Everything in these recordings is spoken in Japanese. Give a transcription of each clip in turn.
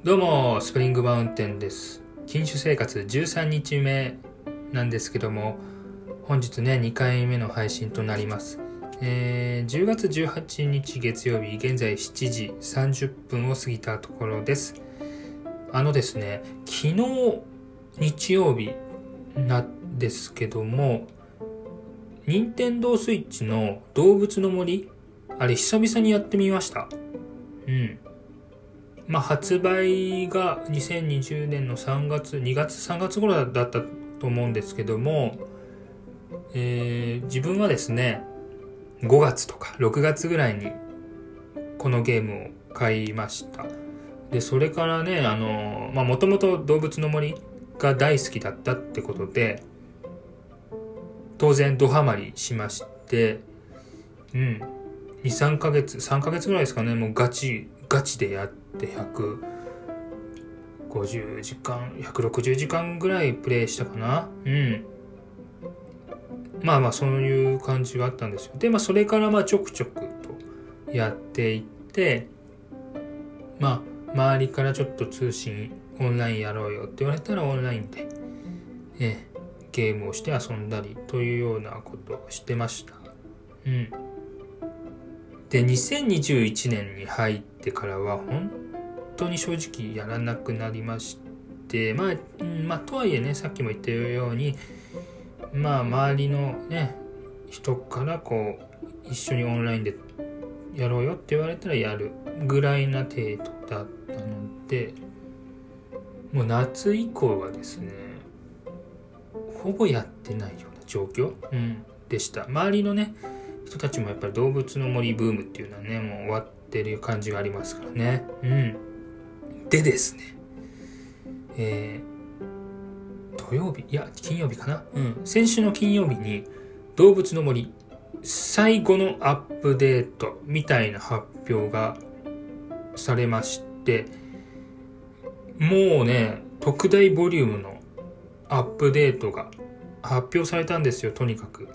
どうもスプリングマウンテンです。禁酒生活13日目なんですけども、本日ね2回目の配信となります。10月18日月曜日、現在7時30分を過ぎたところです。ですね、昨日日曜日なんですけども、任天堂スイッチの動物の森、あれ久々にやってみました。発売が2020年の3月頃だったと思うんですけども、自分はですね5月とか6月ぐらいにこのゲームを買いました。でそれからね、もともと動物の森が大好きだったってことで、当然ドハマりしまして、3ヶ月ぐらいですかね、もうガチでやって150時間160時間ぐらいプレイしたかな。そういう感じがあったんですよ。でそれからちょくちょくとやっていって、周りからちょっと通信オンラインやろうよって言われたらオンラインで、ゲームをして遊んだりというようなことをしてました。で2021年に入ってからは本当に正直やらなくなりまして、とはいえね、さっきも言ったように周りのね人から一緒にオンラインでやろうよって言われたらやるぐらいな程度だったので、もう夏以降はですねほぼやってないような状況、でした。周りのね人たちもやっぱり動物の森ブームっていうのはねもう終わってる感じがありますからね。でですね、金曜日かな、先週の金曜日に動物の森最後のアップデートみたいな発表がされまして、もうね特大ボリュームのアップデートが発表されたんですよ。とにかく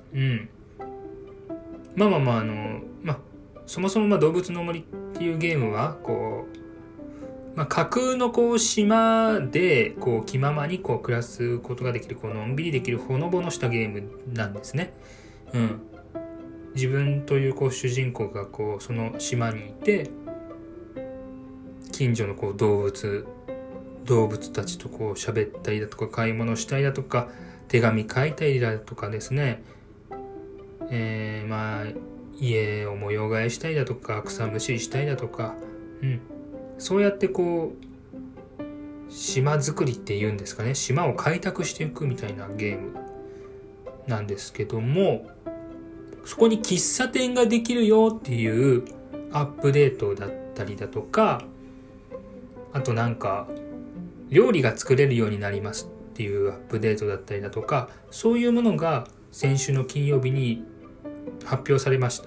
そもそも動物の森っていうゲームは架空の島で気ままに暮らすことができる、のんびりできるほのぼのしたゲームなんですね。自分という主人公がその島にいて、近所の動物たちと喋ったりだとか、買い物したりだとか、手紙書いたりだとかですね、家を模様替えしたりだとか、草むしりしたりだとか、そうやって島作りっていうんですかね、島を開拓していくみたいなゲームなんですけども、そこに喫茶店ができるよっていうアップデートだったりだとか、あと料理が作れるようになりますっていうアップデートだったりだとか、そういうものが先週の金曜日に発表されました。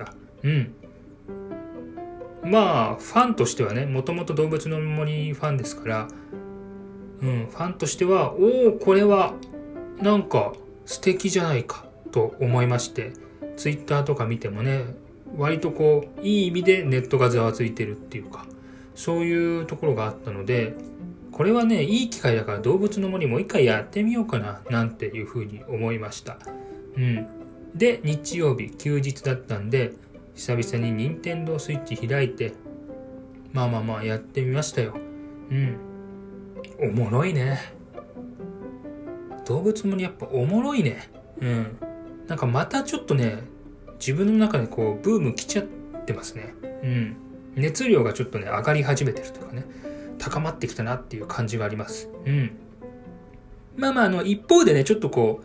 ファンとしてはね、もともと動物の森ファンですから、ファンとしてはこれは素敵じゃないかと思いまして、ツイッターとか見てもね、割といい意味でネットがざわついてるっていうか、そういうところがあったので、これはねいい機会だから動物の森もう一回やってみようかななんていうふうに思いました。で日曜日休日だったんで、久々に任天堂スイッチ開いてやってみましたよ。おもろいね。動物の森やっぱおもろいね。またちょっとね自分の中でブーム来ちゃってますね。熱量がちょっとね上がり始めてるというかね、高まってきたなっていう感じがあります。一方でね、ちょっと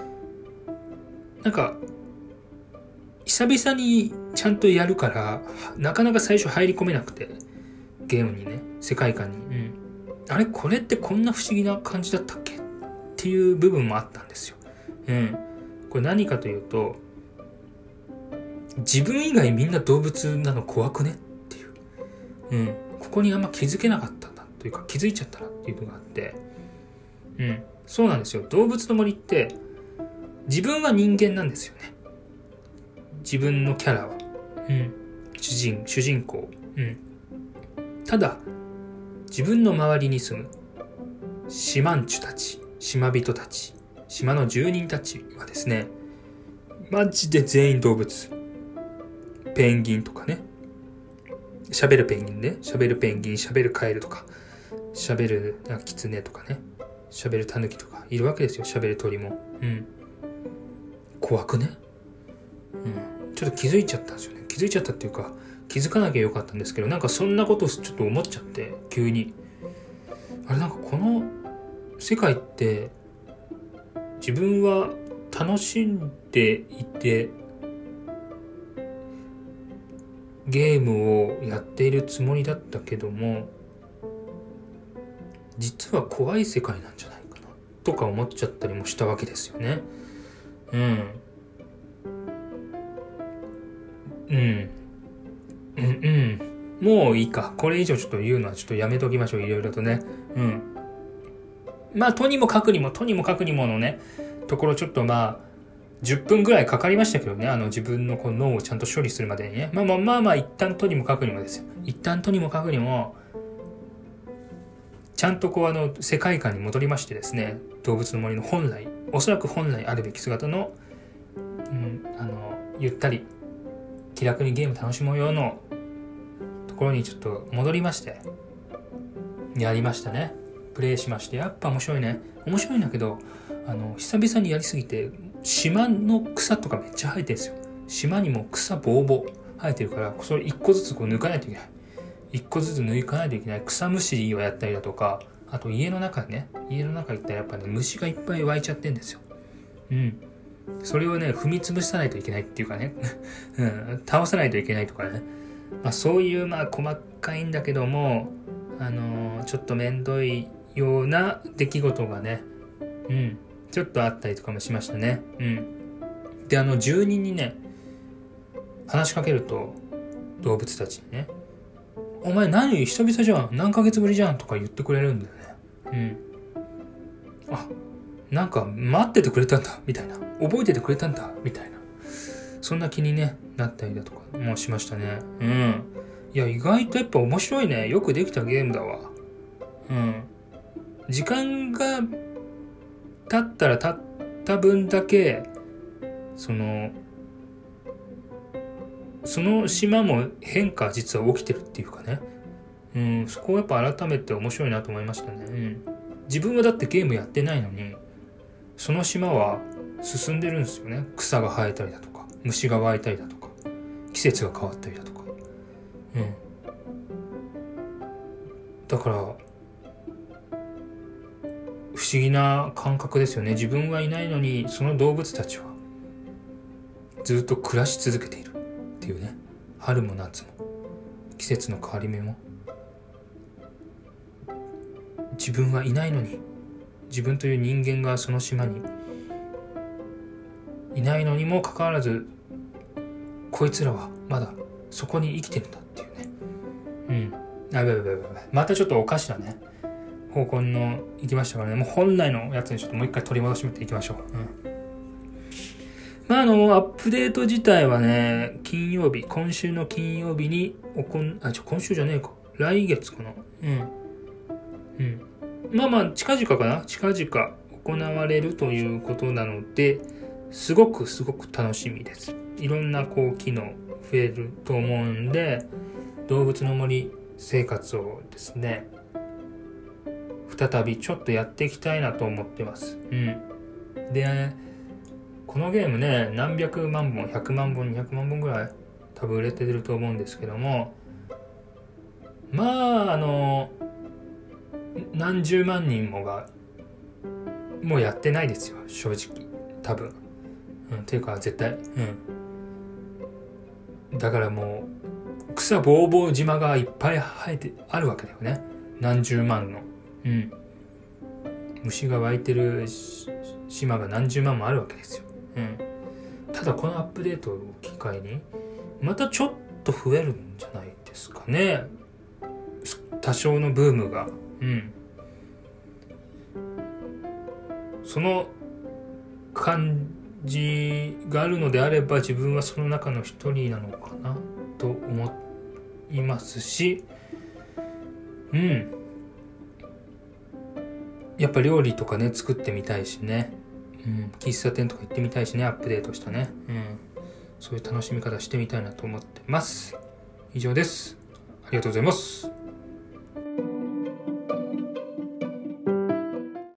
久々にちゃんとやるからなかなか最初入り込めなくて、ゲームにね、世界観に、これってこんな不思議な感じだったっけっていう部分もあったんですよ。これ何かというと、自分以外みんな動物なの怖くねっていう、ここにあんま気づけなかったんだというか、気づいちゃったなっていうのがあって、そうなんですよ。動物の森って自分は人間なんですよね。自分のキャラは、主人公、ただ自分の周りに住む島んちゅたち、島人たち、島の住人たちはですね、マジで全員動物。ペンギンとかね、喋るペンギンね、喋るペンギン、喋るカエルとか、喋るキツネとかね、喋るタヌキとかいるわけですよ。喋る鳥も。怖くね。ちょっと気づいちゃったんですよね。気づいちゃったっていうか、気づかなきゃよかったんですけど、なんかそんなことをちょっと思っちゃって、急に。あれ、なんかこの世界って自分は楽しんでいてゲームをやっているつもりだったけども、実は怖い世界なんじゃないかなとか思っちゃったりもしたわけですよね。もういいか。これ以上ちょっと言うのはちょっとやめときましょう。いろいろとね。まあとにもかくにものねところ、ちょっとまあ10分ぐらいかかりましたけどね、自分のこの脳をちゃんと処理するまでにね。まあ一旦とにもかくにもですよ。一旦とにもかくにもちゃんとこう世界観に戻りましてですね、動物の森のおそらく本来あるべき姿の、ゆったり気楽にゲーム楽しもうようのところにちょっと戻りまして、やりましたね。プレイしまして、やっぱ面白いね。面白いんだけど、久々にやりすぎて、島の草とかめっちゃ生えてるんですよ。島にも草ぼうぼう生えてるから、それ一個ずつこう抜かないといけない。一個ずつ抜かないといけない。草むしりをやったりだとか、あと家の中行ったらやっぱね、虫がいっぱい湧いちゃってんですよ。それをね、踏み潰さないといけないっていうかね、倒さないといけないとかね。そういう細かいんだけども、ちょっとめんどいような出来事がね、ちょっとあったりとかもしましたね。で、住人にね、話しかけると、動物たちにね、お前何久々じゃん、何ヶ月ぶりじゃんとか言ってくれるんだよね。あ、なんか待っててくれたんだみたいな、覚えててくれたんだみたいな、そんな気にねなったりだとかもしましたね。いや、意外とやっぱ面白いね。よくできたゲームだわ。時間が経ったら経った分だけその島も変化実は起きてるっていうかね。そこをやっぱ改めて面白いなと思いましたね。自分はだってゲームやってないのに、その島は進んでるんですよね。草が生えたりだとか、虫が湧いたりだとか、季節が変わったりだとか。だから不思議な感覚ですよね。自分はいないのにその動物たちはずっと暮らし続けているっていうね。春も夏も季節の変わり目も、自分はいないのに、自分という人間がその島にいないのにもかかわらず、こいつらはまだそこに生きてるんだっていうね。またちょっとおかしなね方向の行きましたからね。もう本来のやつにちょっともう一回取り戻していきましょう。アップデート自体はね、今週の金曜日に今週じゃねえか、来月かな。近々かな、近々行われるということなので、すごく楽しみです。いろんな機能増えると思うんで、動物の森生活をですね、再びちょっとやっていきたいなと思ってます。で、このゲームね、何百万本、100万本、200万本ぐらい多分売れてると思うんですけども、何十万人もがもうやってないですよ、正直。多分。っていうか絶対。だからもう草ぼうぼう島がいっぱい生えてあるわけだよね。何十万の。虫が湧いてる島が何十万もあるわけですよ。ただこのアップデートを機会にまたちょっと増えるんじゃないですかね。多少のブームが。その感じがあるのであれば、自分はその中の一人なのかなと思いますし、 やっぱ料理とかね作ってみたいしね、喫茶店とか行ってみたいしね、アップデートしたね、そういう楽しみ方してみたいなと思ってます。以上です。ありがとうございます。